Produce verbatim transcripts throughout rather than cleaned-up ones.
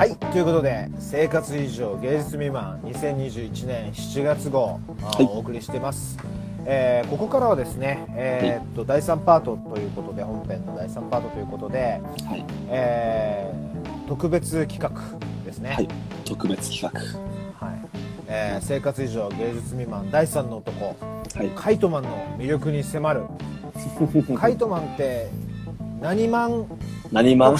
はい、ということで生活以上芸術未満にせんにじゅういちねんしちがつ号、はい、お送りしています。えー、ここからはですね、えー、っとだいさんパートということで、本編のだいさんパートということで、はい、えー、特別企画ですね。 はい、特別企画、 はい、えー、生活以上芸術未満だいさんの男、はい、カイトマンの魅力に迫るカイトマンって何マン何マン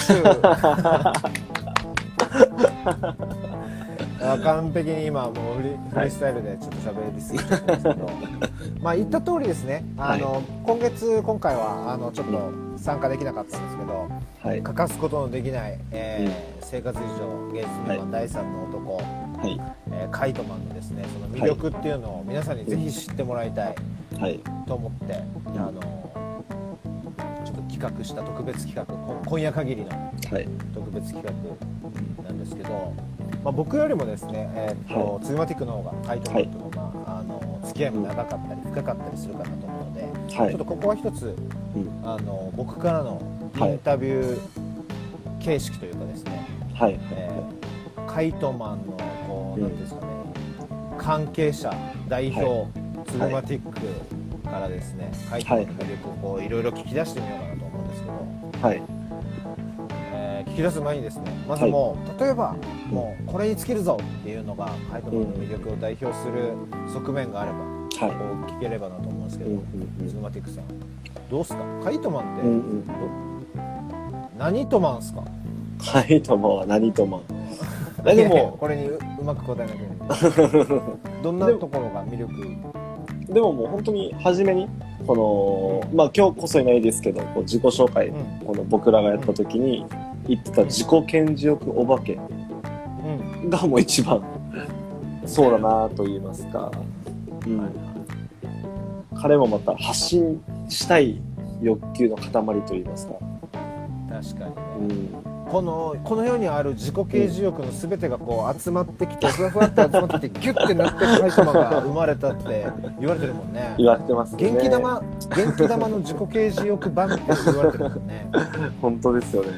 完璧に今もうフリー、はい、スタイルでちょっと喋りすぎてるんですけどまあ言った通りですね、あの、はい、今月今回はあのちょっと参加できなかったんですけど、はい、欠かすことのできない、えーうん、生活以上芸術未満だいさんの男、はいえー、カイトマンのですねその魅力っていうのを皆さんにぜひ知ってもらいたいと思って、はい、あのちょっと企画した特別企画、今夜限りの特別企画なんですけど、まあ、僕よりもですね、えーとはい、ツーマティックの方がカイトマンとの、まあ、あの付き合いも長かったり深かったりするかなと思うので、はい、ちょっとここは一つ、うん、あの僕からのインタビュー形式というかですね、はいえー、カイトマンのこう、うん、なんていうんですかね、関係者代表、はい、ツーマティックからですね、カイトマンの魅力をこういろいろ聞き出してみようかなと思うんですけど、はい聞き出す前にですね、まずもう、はい、例えばもうこれに尽きるぞっていうのがカイトマンの魅力を代表する側面があれば、はい、こう聞ければなと思うんですけど、うんうん、ズーマティックさんどうすか、カイトマンって、うんうん、何トマンすか？ カイトマンは何トマンでもこれに う, うまく答えなきゃいけないどんなところが魅力？ でももう本当に初めにこの、うん、まあ今日こそいないですけどこう自己紹介、うん、この僕らがやった時に、うん言ってた自己顕示欲お化けがもう一番そうだなと言いますか、うん、彼もまた発信したい欲求の塊と言いますか。 確かにね、うん、このこの世にある自己顕示欲の全てがこう集まってきて、ふわふわって集まってきてギュッてなってカイトマンが生まれたって言われてるもんね。 言われてますね。 元気玉元気玉の自己顕示欲版って言われてるもんね。 本当ですよね。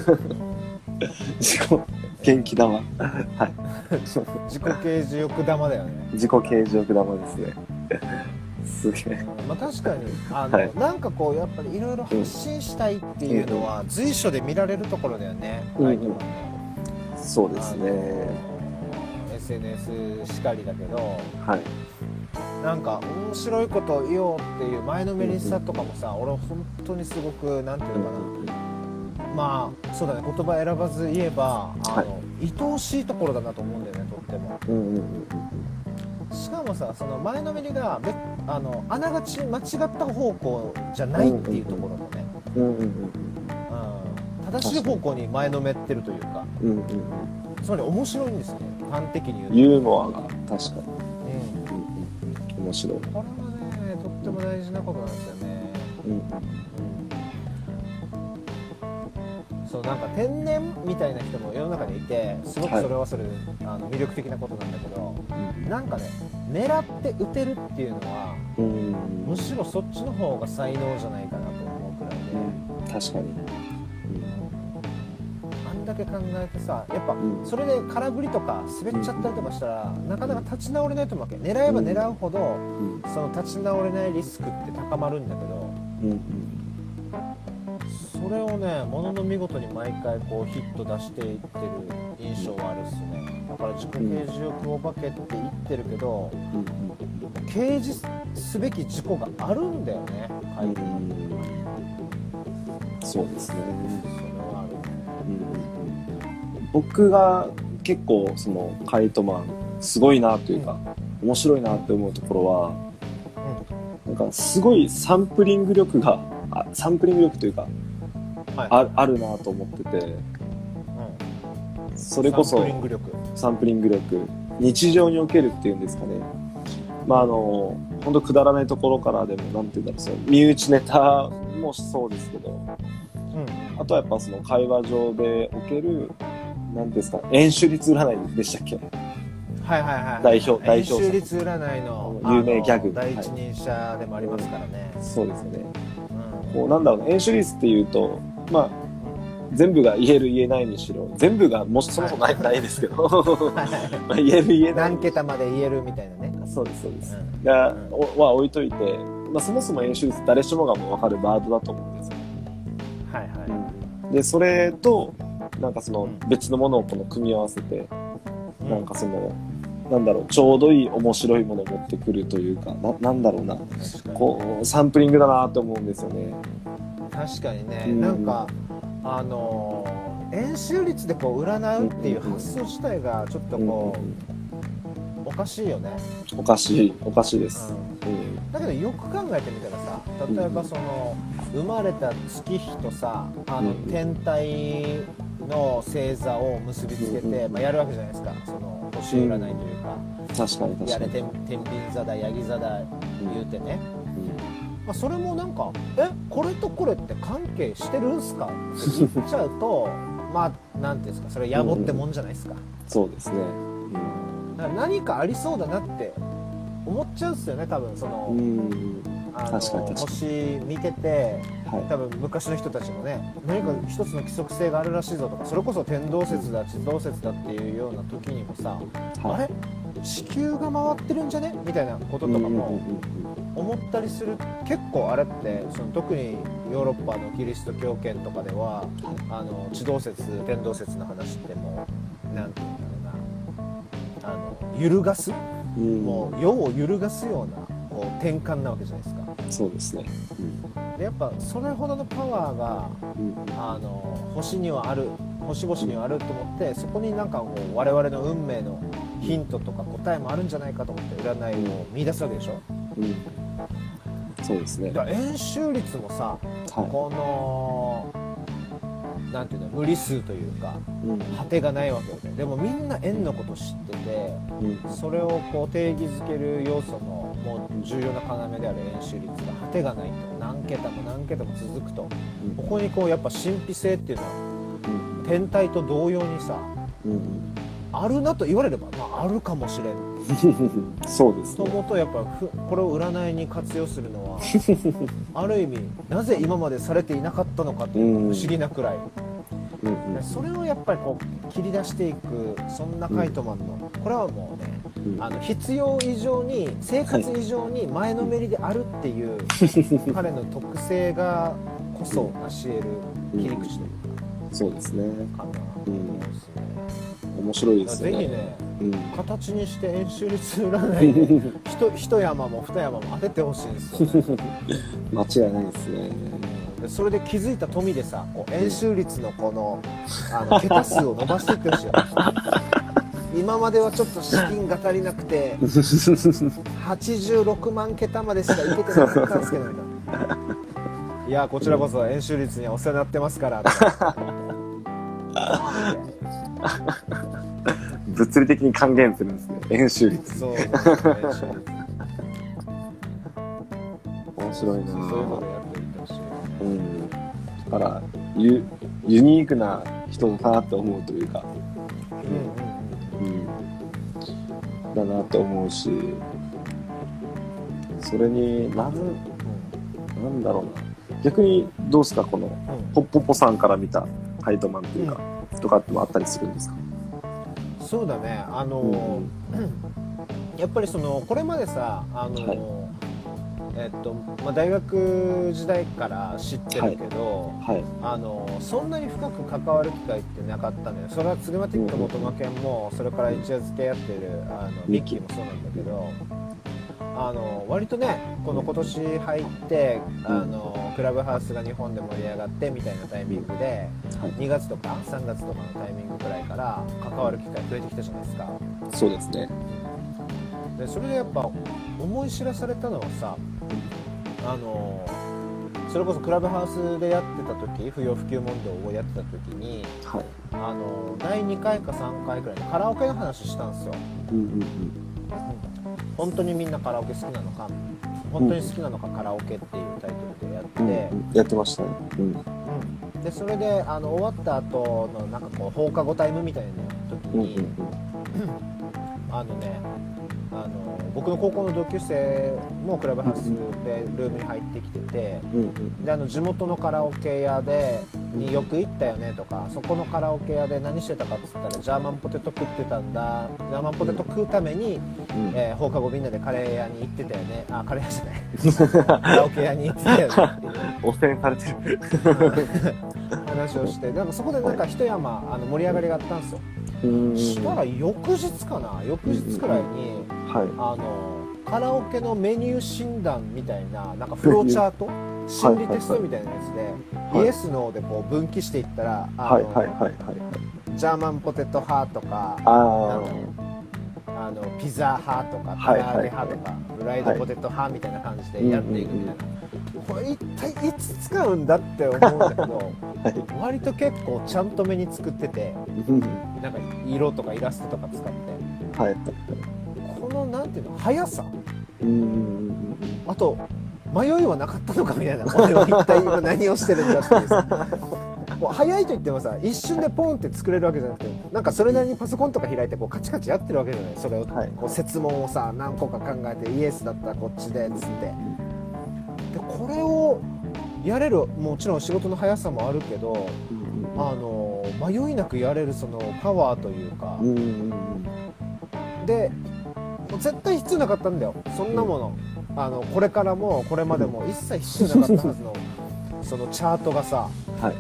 自己元気玉、はい。 自己顕示欲玉だよね。 自己顕示欲玉ですね。すげえ。 まあ確かにあの、はい、なんかこうやっぱりいろいろ発信したいっていうのは、うん、随所で見られるところだよね。うんうん、 そうですね。 エスエヌエス しかりだけど、はい、なんか面白いこと言おうっていう前のめりさとかもさ、うんうん、俺本当にすごくなんていうのかな、うんうん、まあそうだね、言葉選ばず言えばあの、はい、愛おしいところだなと思うんだよね、とっても。うんうんうん、しかもさ、その前のめりがあのあながち間違った方向じゃないっていうところもね、うんうんうんうん、正しい方向に前のめってるというか、うんうん、つまり面白いんですね、端的に言うと。 ユーモアが確かに、うんうん、面白い。 これはね、とっても大事なことなんですよね。うんうんそう、なんか天然みたいな人も世の中にいて、すごくそれはそれで、はい、あの魅力的なことなんだけど、うん、なんかね、狙って打てるっていうのは、うん、むしろそっちの方が才能じゃないかなと思うくらいで、 うん、確かに、うん、 あんだけ考えてさ、やっぱ、うん、それで空振りとか滑っちゃったりとかしたら、うん、なかなか立ち直れないと思うわけ。狙えば狙うほど、うん、その立ち直れないリスクって高まるんだけど、うんうん、それをね、ものの見事に毎回こうヒット出していってる印象はあるっすね。だから自己顕示欲お化けって言ってるけど、うん、掲示すべき事故があるんだよね、カイトマンって。 そうですね。 それはある、 うん、僕が結構そのカイトマンすごいなというか、うん、面白いなって思うところは、うん、なんかすごいサンプリング力があサンプリング力というかはい、あ, あるなと思ってて、うん、それこそサンプリング力、サンプリング力、日常におけるっていうんですかね。まああの本当くだらないところからでもなんていうんだろう、その身内ネタもそうですけど、うん、あとはやっぱその会話上でおけるなんていうんですか、円周率占いでしたっけ？ はいはいはい。 代表代表円周率占いの有名ギャグ、 第一人者でもありますからね。 はい、そうですよね。うん、こうなんだろう、円周率っていうと。まあ、 全部が言える言えないにしろ、全部がもしそもそもない、はい、ないですけどまあ言える言えない何桁まで言えるみたいなね。 そうですそうです、うん、が、うん、は置いといて、まあ、そもそも円周率誰しもがもう分かるワードだと思うんですよね。 はいはい、 うん、でそれとなんかその別のものをこの組み合わせて、うん、なんかそのなんだろう、ちょうどいい面白いものを持ってくるというか、な、なんだろうな、こうサンプリングだなと思うんですよね。 確かにね、うん、なんかあのー、円周率でこう占うっていう発想自体がちょっとこう、うんうん、おかしいよね。 おかしいおかしいです、 うんうん、だけどよく考えてみたらさ、例えばその、うん、生まれた月日とさ、あの、うん、天体の星座を結びつけて、うん、まあ、やるわけじゃないですか、その星占いというか、 うん、確かに確かに、 やれ天秤座だヤギ座だ言うてね、うん、まあ、それもなんかえこれとこれって関係してるんすかって言っちゃうとまあなんていうんですか、それは野暮ってもんじゃないですか、うん、 そうですね、 だから何かありそうだなって思っちゃうんですよね、多分その、うん、あの確かに確かに星見てて、はい、多分昔の人たちもね、何か一つの規則性があるらしいぞとか、それこそ天動説だ地動説だっていうような時にもさ、はい、あれ地球が回ってるんじゃねみたいなこととかも思ったりする。結構あれってその特にヨーロッパのキリスト教圏とかでは、あの地動説天動説の話ってもうなんていうんだろうな、あの揺るがす、もう世を揺るがすようなこう転換なわけじゃないですか。 そうですね、 うん、でやっぱそれほどのパワーが、うん、あの星にはある、星々にはあると思って、そこになんかこう我々の運命のヒントとか答えもあるんじゃないかと思って占いを見出すわけでしょ、うん、 そうですね。 だから円周率もさ、はい、このなんていうの、無理数というか、うん、果てがないわけで、でもみんな円のこと知ってて、うん、それをこう定義づける要素のもう重要な要である円周率が果てがないと、何桁も何桁も続くと、うん、ここにこうやっぱ神秘性っていうのは、うん、天体と同様にさ、うん、あるなと言われれば、まあ、あるかもしれんそうですね。 と思うとやっぱこれを占いに活用するのはある意味なぜ今までされていなかったのかという不思議なくらい、うんうん、それをやっぱりこう切り出していく、そんなカイトマンの、うん、これはもうね、うん、あの必要以上に生活以上に前のめりであるっていう、はい、彼の特性がこそ成し得る切り口というか、 うん、そうですね、 かなと思うんですね、 うん、面白いですね。 ぜひね、うん、形にして円周率占いで一, 一山も二山も当ててほしいんですよ、ね、 間違いないですね。 でそれで気づいた富でさ、こう円周率のこの、あの桁数を伸ばしていってほしいよ今まではちょっと資金が足りなくてはちじゅうろくまん桁までしかいけてなかったんですけど、いやこちらこそ円周率にはお世話になってますから物理的に還元するんですね、円周率。 そうそうそう、円周率面白いな。 そういうのでやっていってほしいよね、 うん、だからユ、ユニークな人だなって思うというか、うんうんうん、だなって思うし、それになん、なんだろうな、逆にどうですか、この、うん、ポッポポさんから見たカイトマンっていうか、うん、とかってもあったりするんですか？ そうだね、あの、うん、やっぱりそのこれまでさ、あの、はい、えっとまあ、大学時代から知ってるけど、はいはい、あのそんなに深く関わる機会ってなかったのよ。それはツグマティック元間犬も、それから一夜漬けやってるあのミッキーもそうなんだけど、あの割とね、この今年入ってあのクラブハウスが日本で盛り上がってみたいなタイミングで、にがつとかさんがつとかのタイミングくらいから関わる機会増えてきたじゃないですか。 そうですね。 でそれでやっぱ思い知らされたのはさ、あのそれこそクラブハウスでやってた時、不要不急問答をやってた時に、はい、あのだいにかいかさんかいくらいのカラオケの話したんですよ、うんうんうん、本当にみんなカラオケ好きなのか、本当に好きなのかカラオケっていうタイトルでやって、うんうん、 やってましたね、うんうん、でそれであの終わった後のなんかこう放課後タイムみたいな時に、うんうんうん、あのねあの僕の高校の同級生もクラブハウスでルームに入ってきてて、うんうん、であの地元のカラオケ屋でによく行ったよねとか、そこのカラオケ屋で何してたかっつったらジャーマンポテト食ってたんだ、ジャーマンポテト食うために、うん、えー、放課後みんなでカレー屋に行ってたよね、あカレー屋じゃないカラオケ屋に行ってたよねっていう汚染されてる話をして、なんかそこでなんか一山あの盛り上がりがあったんですよ。したら翌日かな、翌日くらいに、はい、あのカラオケのメニュー診断みたいな、なんかフローチャート心理テストみたいなやつで、はい、イエスノーでこう分岐していったら、あの、はいはいはいはい、ジャーマンポテト派とか、ああのピザ派とか唐揚げ派とか、はいはい、フライドポテト派みたいな感じでやっていくみたいな、これ一体いつ使うんだって思うんだけど、はい、割と結構ちゃんと目に作ってて、なんか色とかイラストとか使って、はい、このなんていうの速さ、うん、あと迷いはなかったのかみたいな、俺は一体今何をしてるんだっていうさもう早いと言ってもさ、一瞬でポンって作れるわけじゃなくて、なんかそれなりにパソコンとか開いてこうカチカチやってるわけじゃない。それをこう設問をさ何個か考えて、イエスだったらこっちでっつって、でこれをやれる、もちろん仕事の速さもあるけど、あの迷いなくやれるそのパワーというか、で絶対必要なかったんだよそんなもの。あのこれからもこれまでも一切必要なかったはずのそのチャートがさ、はい、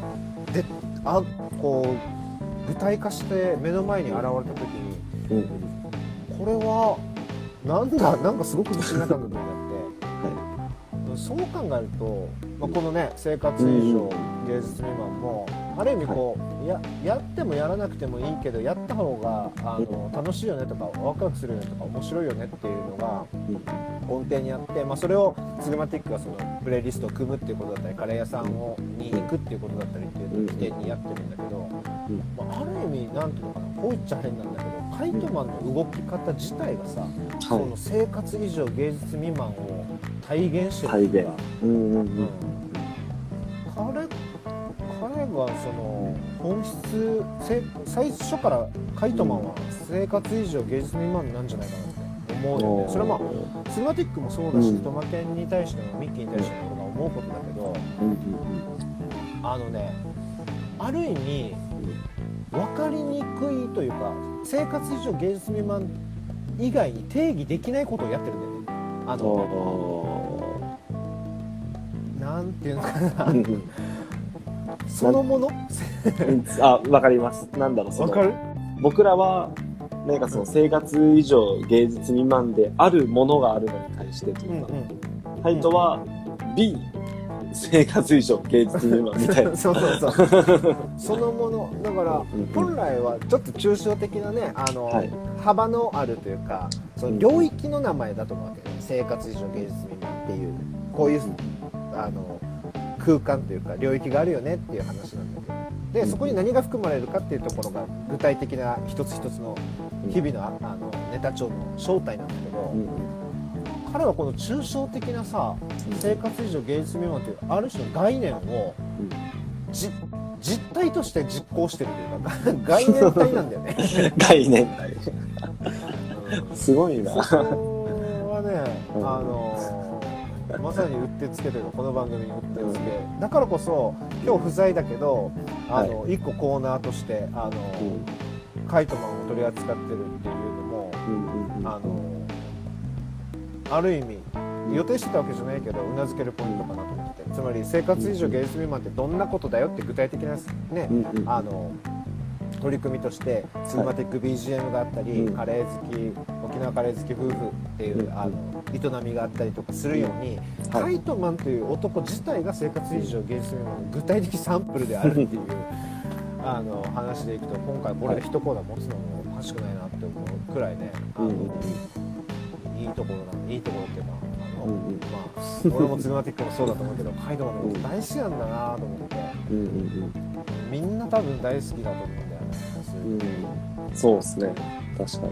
であこう具体化して目の前に現れた時に、うん、これはなんだなんかすごく不思議な感覚になって、はい、そう考えると、まあ、このね生活以上芸術未満もある意味こう、はい、や, やってもやらなくてもいいけどやった方があの楽しいよねとかワクワクするよねとか面白いよねっていうのが根底にあって、まあ、それをツグマティックがそのプレイリストを組むっていうことだったりカレー屋さんをに行くっていうことだったりっていうのを起点にやってるんだけど、まあ、ある意味なんていうのかな、こう言っちゃ変なんだけどカイトマンの動き方自体がさ、はい、その生活以上芸術未満を体現してるっていうか、うんうんうん、彼彼がその本質、最初からカイトマンは生活以上芸術未満なんじゃないかなって思うよね。それはまあスグマティックもそうだし、トマケンに対してもミッキーに対しても俺が思うことだけど、あのね、ある意味分かりにくいというか、生活以上芸術未満以外に定義できないことをやってるんだよね。あのなんていうのかなそのものあ、わかります。なんだろう、そのわかる？ 僕らはなんかその生活以上芸術未満であるものがあるのに対してというか、うんうん、ハイトは B 生活以上芸術未満みたいなそうそうそうそのものだから本来はちょっと抽象的なね、あの、はい、幅のあるというかその領域の名前だと思うわけね、生活以上芸術未満っていうこういうあの空間というか領域があるよねっていう話なんだけど、でそこに何が含まれるかっていうところが具体的な一つ一つの日々の、あのネタ帳の正体なんだけど、うん、彼はこの抽象的なさ生活以上芸術未満というある種の概念を、うん、じ実体として実行してるというか概念体なんだよね概念体うん、すごいな。 そこはね、うん、あのまさにうってつけというかこの番組にうってつけ、うん、だからこそ今日不在だけどあの、はい、いっこコーナーとしてあの、うん、カイトマンを取り扱ってるっていうのも、うんうんうん、あのある意味予定してたわけじゃないけどうなずけるポイントかなと思って、つまり生活以上芸術未満ってどんなことだよって具体的なね、うんうん、あの取り組みとしてツーマティック ビージーエム があったり、はい、カレー好き沖縄カレー好き夫婦っていう、うん、あの営みがあったりとかするように、はい、カイトマンという男自体が生活以上芸術未満の具体的サンプルであるっていうあの話でいくと今回これで一コーナー持つのもおかしくないなって思うくらいね、あの、うん、いいところなんいいところっていうかあの、うんうん、まあ俺もツーマティックもそうだと思うけどカイトマンの大好きなんだなと思って、うんうんうん、みんな多分大好きだと思うんだよね。 うん、そうですね、確かに、うんうんうん、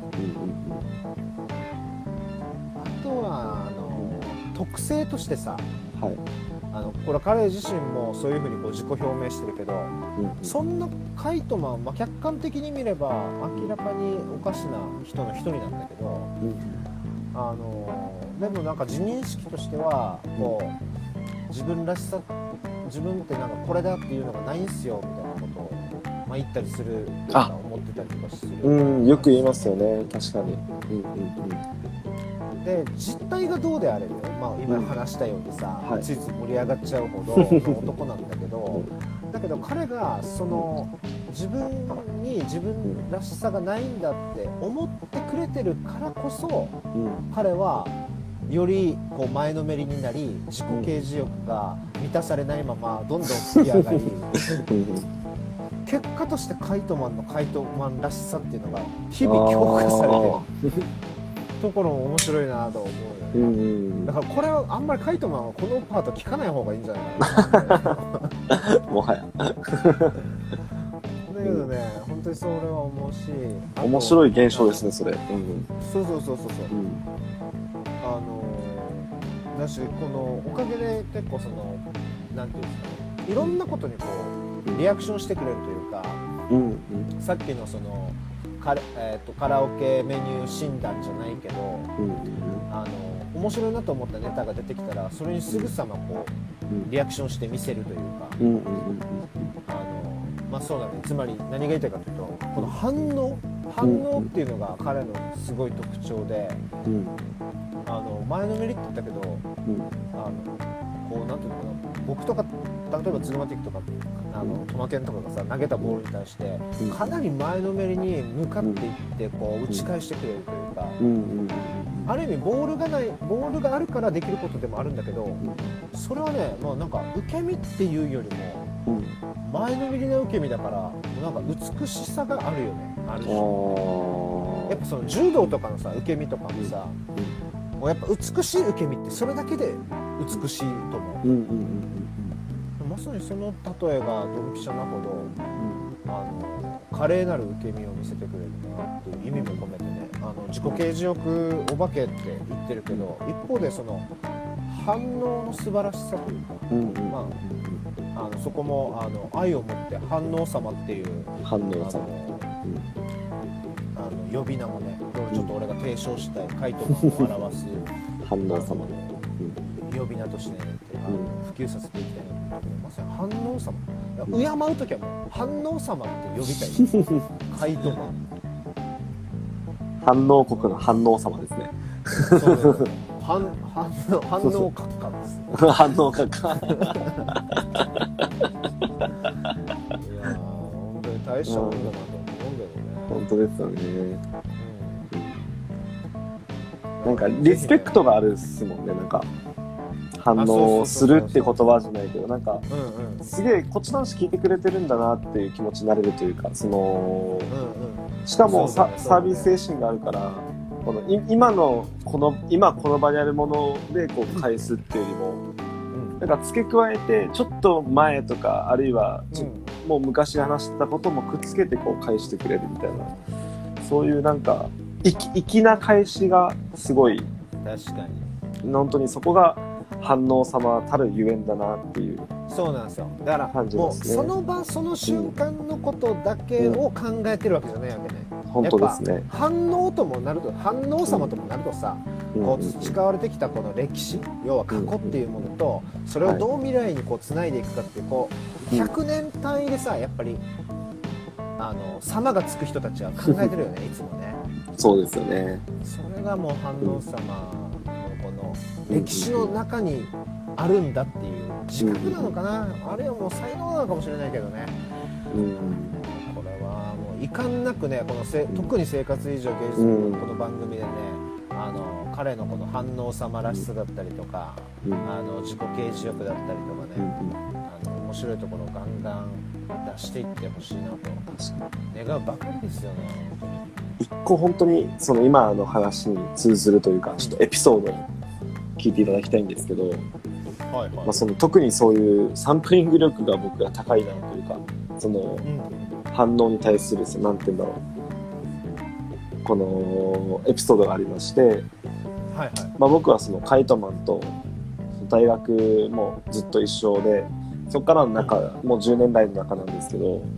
あとはあの特性としてさ、 はい、 あのこれ彼自身もそういうふうにこう自己表明してるけど、うんうん、そんなカイトマン、まあ、客観的に見れば明らかにおかしな人の一人なんだけど、うん、あのでもなんか自認識としてはこう自分らしさ自分ってなんかこれだっていうのがないんすよみたいなことを、まあ、言ったりするとか思ってたりとかする。 うん、よく言いますよね、確かに。うんうんうん、で実態がどうであれね、まあ、今話したようにさ、うん、ついつい盛り上がっちゃうほどの男なんだけどだけど彼がその自分に自分らしさがないんだって思ってくれてるからこそ、うん、彼はよりこう前のめりになり自己啓示欲が満たされないままどんどん吹き上がり結果としてカイトマンのカイトマンらしさっていうのが日々強化されてるところも面白いなと思うよね、うん、だからこれはあんまりカイトマンはこのパート聞かない方がいいんじゃないかなもはやだけどね、本当にそれは面白い面白い現象ですねそれ、うん、 そうそうそうそうそう、うん、あのだしこのおかげで結構そのなんていうんですかねいろんなことにこうリアクションしてくれるというか、うんうん、さっきのそのカ, えー、とカラオケメニュー診断じゃないけど、うんうん、あの面白いなと思ったネタが出てきたらそれにすぐさまこうリアクションして見せるというか、うんうんうん、あのまあそうだねつまり何が言いたいかというとこの反応反応っていうのが彼のすごい特徴で、うん、あの前のめりって言ったけど、うん、あのこうなんていうのかな僕とか例えばズルマティックとかあのトマケンとかがさ投げたボールに対してかなり前のめりに向かっていってこう打ち返してくれるというか、うんうん、ある意味ボールがないボールがあるからできることでもあるんだけどそれはね、まあ、なんか受け身っていうよりも前のめりな受け身だからなんか美しさがあるよねあるしやっぱその柔道とかのさ受け身とかもさもうやっぱ美しい受け身ってそれだけで美しいと思う、うんうんうん、まさにその例えがドンピシャなほど、うん、あの華麗なる受け身を見せてくれるなっていう意味も込めてねあの自己啓示欲お化けって言ってるけど一方でその反応の素晴らしさというか、うんうんまあ、あのそこもあの愛を持って反応様っていう反応様あの、うんあの呼び名もねこれちょっと俺が提唱したいカイトマンを表す反応様の呼び名として、ねうん、普及させていきたいなと思いますよ反応様敬うときはもう反応様って呼びたいカイトマン反応国の反応様ですねそうですね反, 反, 反応閣下です反応閣下いやー本当に大したもんだなと思うんだよね本当ですよね、うん、なんかリスペクトがあるっすもんねなんか反応するって言葉じゃないけどなんか、うんうん、すげえこっちの話聞いてくれてるんだなっていう気持ちになれるというかその、うんうん、しかも、ね、サービス精神があるからこの今のこの今この場にあるものでこう返すっていうよりも、うん、なんか付け加えてちょっと前とかあるいはちょ、うん、もう昔話してたこともくっつけてこう返してくれるみたいなそういうなんか粋な返しがすごい確かに本当にそこが反応様たるゆえんだなっていうそうなんですよだから感じますねもうその場その瞬間のことだけを考えてるわけじゃないわけね、 うん、本当ですね反応ともなると反応様ともなるとさ、うん、こう培われてきたこの歴史要は過去っていうものとそれをどう未来にこうつないでいくかっていうこうひゃくねん単位でさやっぱりあの様がつく人たちは考えてるよねいつもねそうですよねそれがもう反応様のこの歴史の中にあるんだっていう自覚なのかな、うん、あるいはもう才能なのかもしれないけどね、うん、これはもう遺憾なくねこのせ特に生活以上芸術のこの番組でね、うん、あの彼のこの反応様らしさだったりとか、うん、あの自己啓示欲だったりとかね、うん、あの面白いところをガンガン出していってほしいなと願うばかりですよね本当に一個本当にその今の話に通ずるというかちょっとエピソードを聞いていただきたいんですけど、はいはいまあ、その特にそういうサンプリング力が僕が高いなというかその反応に対するなんて言うんだろうこのエピソードがありまして、はいはいまあ、僕はそのカイトマンと大学もずっと一緒でそこからの中、うん、もうじゅうねん来の中なんですけど、うん、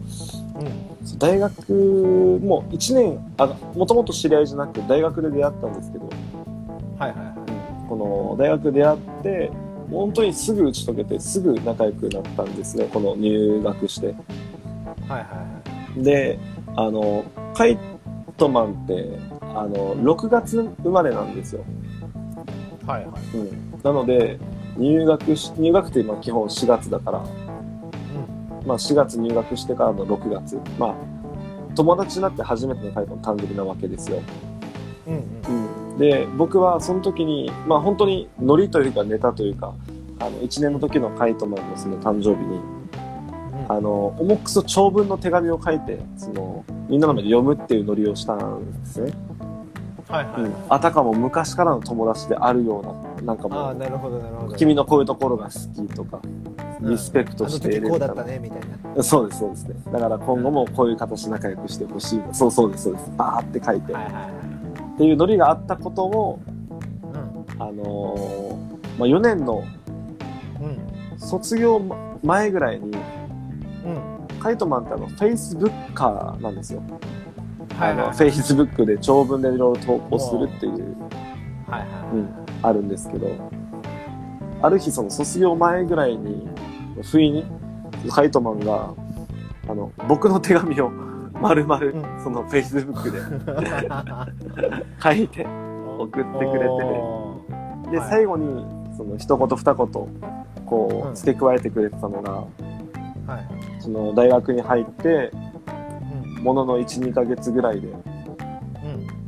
大学もいちねんあもともと知り合いじゃなく大学で出会ったんですけど、はいはいはい、この大学で出会って本当にすぐ打ち解けてすぐ仲良くなったんですね、この入学して。 はいはいはい。 で、あのカイトマンってあのろくがつ生まれなんですよ。 はいはい。 うん、なので入学し入学って今基本しがつだから、うん、まあしがつ入学してからのろくがつ、まあ友達になって初めてのカイトの誕生日なわけですよ。うんうんうん、で僕はその時に、まあ、本当にノリというかネタというか、あのいちねんの時のカイトマンのその誕生日に、うん、あの重くそ長文の手紙を書いてそのみんなの前で読むっていうノリをしたんですね。はいはい、うん、あたかも昔からの友達であるような、なんかもう、あ、なるほどなるほど、君のこういうところが好きとか、うん、リスペクトしているみたいな、あの時こうだったねみたいな。そうですそうですね。だから今後もこういう形で仲良くしてほしい、うん、そうそうですそうです、バーって書いて、はいはいはい、っていうノリがあったことを、うん、あのー、まあ、よねんの卒業前ぐらいに、うん、カイトマンってあのフェイスブッカーなんですよ。あのフェイスブックで長文でいろいろ投稿するっていう、はいはい、うん、あるんですけど、ある日その卒業前ぐらいに不意にカイトマンがあの僕の手紙を丸々、うん、そのフェイスブックで書いて送ってくれて、で、はい、最後にその一言二言こう付け加えてくれてたのが、はい、その大学に入ってものの いちにかげつぐらいで、うん、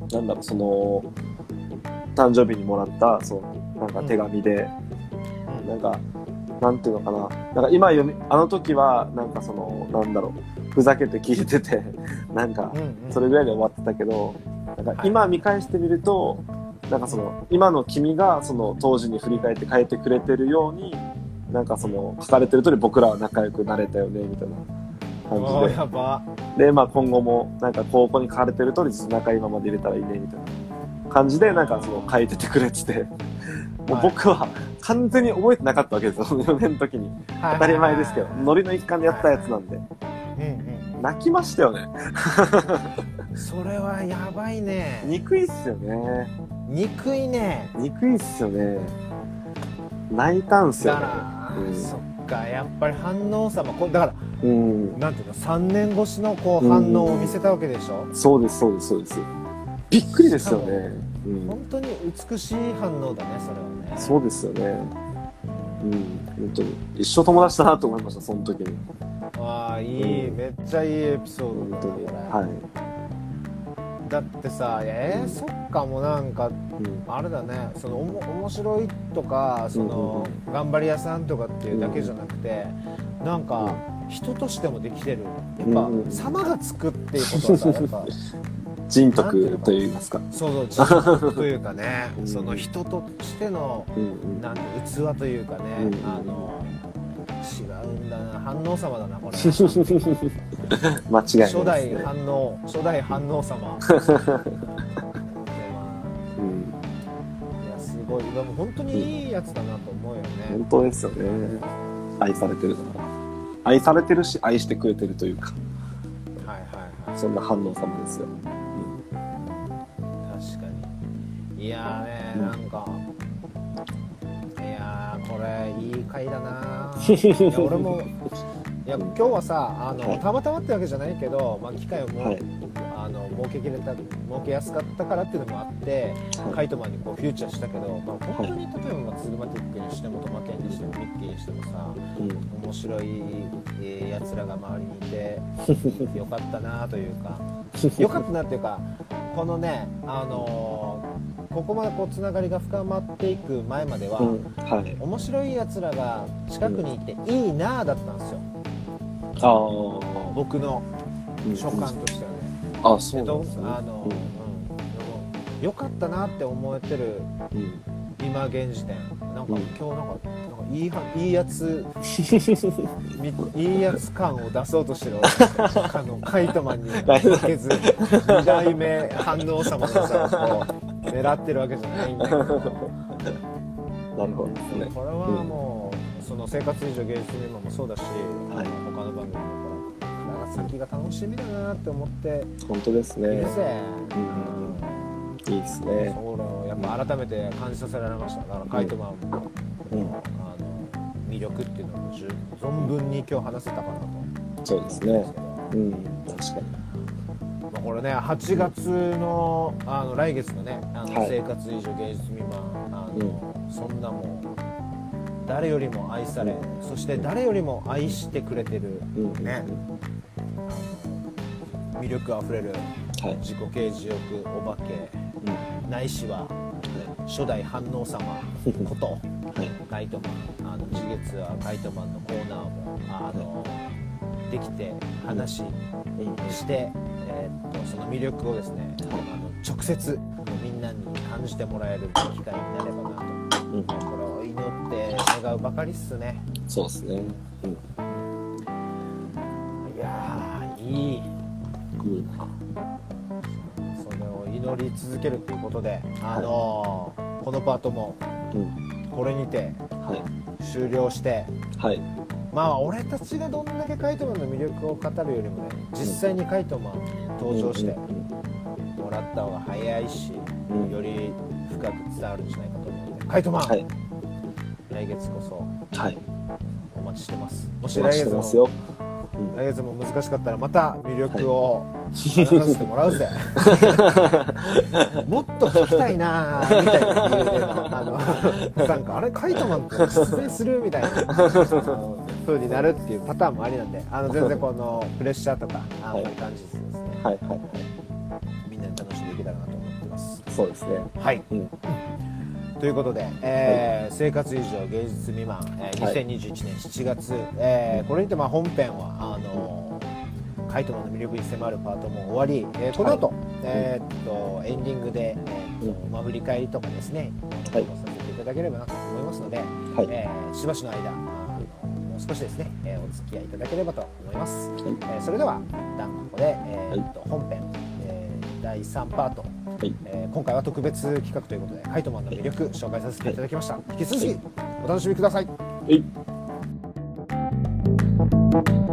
なんだろう、その誕生日にもらったそのなんか手紙で、うん、なんかなんていうのかな、なんか今読みあの時はなんかそのなんだろう、ふざけて聞いててなんかそれぐらいで終わってたけど、なんか今見返してみると、なんかその今の君がその当時に振り返って書いてくれてるように、なんかその書かれてる通り僕らは仲良くなれたよねみたいな感じで、やばで、まあ、今後もなんか高校に書かれてる通りずっと仲いいままで入れたらいいねみたいな感じでなんかその書いててくれてて、もう僕は完全に覚えてなかったわけですよ、そのよねんの時に。当たり前ですけど、ノリの一環でやったやつなんで、うんうん、泣きましたよねそれはやばいね。 憎いっすよね。 憎いね。 憎いっすよね。泣いたんすよね。 うん、そっか、やっぱり反応さ、まあ、だから、うん、なんていうの、さんねん越しのこう反応を見せたわけでしょ、うん、 そうですそうですそうです。びっくりですよね、 うん、本当に美しい反応だね、それはね。 そうですよね、うん、本当に一生友達だなと思いました、その時に。 ああ、いい、うん、めっちゃいいエピソードだね、はい。だってさ、えー、そっか、もうなんか、うん、あれだね、そのおも面白いとか、その、うん、頑張り屋さんとかっていうだけじゃなくて、うん、なんか、人としてもできてる。やっぱ、うん、様がつくっていうことはさ、やっぱ人徳といいますか。 そうそう、人徳というかね、うん、その人としての、うん、なんて器というかね、うん、あの違うんだな、反応様だなこれ。 間違いないですね。 初代反応、初代反応様。うん、いやすごい、でも本当にいいやつだなと思うよね。 本当ですよね。愛されてるから。愛されてるし愛してくれてるというか。はいはいはい。そんな反応様ですよ。 うん、確かに。いやーね、なんか。いやーこれいい回だな。いや俺もいや今日はさ、あの、はい、たまたまってわけじゃないけど、まあ、機会をも、はい、あの設けきれた設けやすかったからっていうのもあって、はい、カイトマンにこうフューチャーしたけど、まあ、本当に例えば、まあ、ツグマティックにしてもトマケンにしてもミッキーにしてもさ、うん、面白い、えー、やつらが周りにいてよかったなというかよかったなっていうか、このね、あのー、ここまでこうつながりが深まっていく前までは、うんはい、面白いやつらが近くにいていいなだったんですよ、あ僕の所感としてはね、うん、あそうなんですね、あの、うんうん、よかったなって思えてる、うん、今現時点なんか、うん、今日なんか、なんかいい, いいやついいやつ感を出そうとしてるあのカイトマンに負けずに代目反応様のさこう狙ってるわけじゃないんだけどなるほどですね。 これはもう、うん、その生活以上芸術現場もそうだし、はい、他の番組もから長崎が楽しみだなって思って本当ですね。 いいですね、 うん、いいですね。 そうだ、やっぱ改めて感じさせられました。だからカイトマンも、うん、あの魅力っていうのを存分に今日話せたかなと。 そうですね。うん、確かに。 まあ、これねはちがつの、あの来月のねあの、はい、生活以上芸術未満あの、うん、そんなもう誰よりも愛され、うん、そして誰よりも愛してくれてる、うん、ね、うん、魅力あふれる、はい、自己啓示欲お化け、うん、ないしは、はい、初代反応様こと、はい、カイトマンあの次月はカイトマンのコーナーもあの、はい、できて話、うん、して、えー、っとその魅力をですね、はい、あの直接みんなに感じてもらえる機会になればなと、うん、これを祈って願うばかりっすね。 そうですね、うん、 いやーいい、うん、それを祈り続けるということで、あのーはい、このパートもこれにて終了して、はい、まあ俺たちがどんだけカイトマンの魅力を語るよりもね実際にカイトマン登場してもらった方が早いし、うん、より深く伝わるんじゃないかと思うので、カイトマン、はい、来月こそ、はい、お待ちしてます。もし来月も来月も難しかったらまた魅力を話させてもらうぜ、はい、もっと聞きたいなみたいな理由であのなんかあれカイトマンって出演するみたいな風になるっていうパターンもありなんで、あの全然このプレッシャーとかあんまり感じずですね、はいはいはい、みんなに楽しんでいけたらなと思ってます。 そうですね、はい、うん、 ということで、えーはい、生活以上芸術未満、えー、にせんにじゅういちねんしちがつ、はい、えー、これにてまあ本編はあのー、カイトマンの魅力に迫るパートも終わり、えー、この後、はい、えー、っとエンディングで、えーっとまあ、振り返りとかですね、はい、させていただければなと思いますので、はい、えー、しばしの間もう少しですね、えー、お付き合いいただければと思います、はい、えー、それでは一旦ここで、えーっとはい、本編、えー、だいさんパート、はい、えー、今回は特別企画ということでカイトマンの魅力紹介させていただきました。引き続きお楽しみください。はい。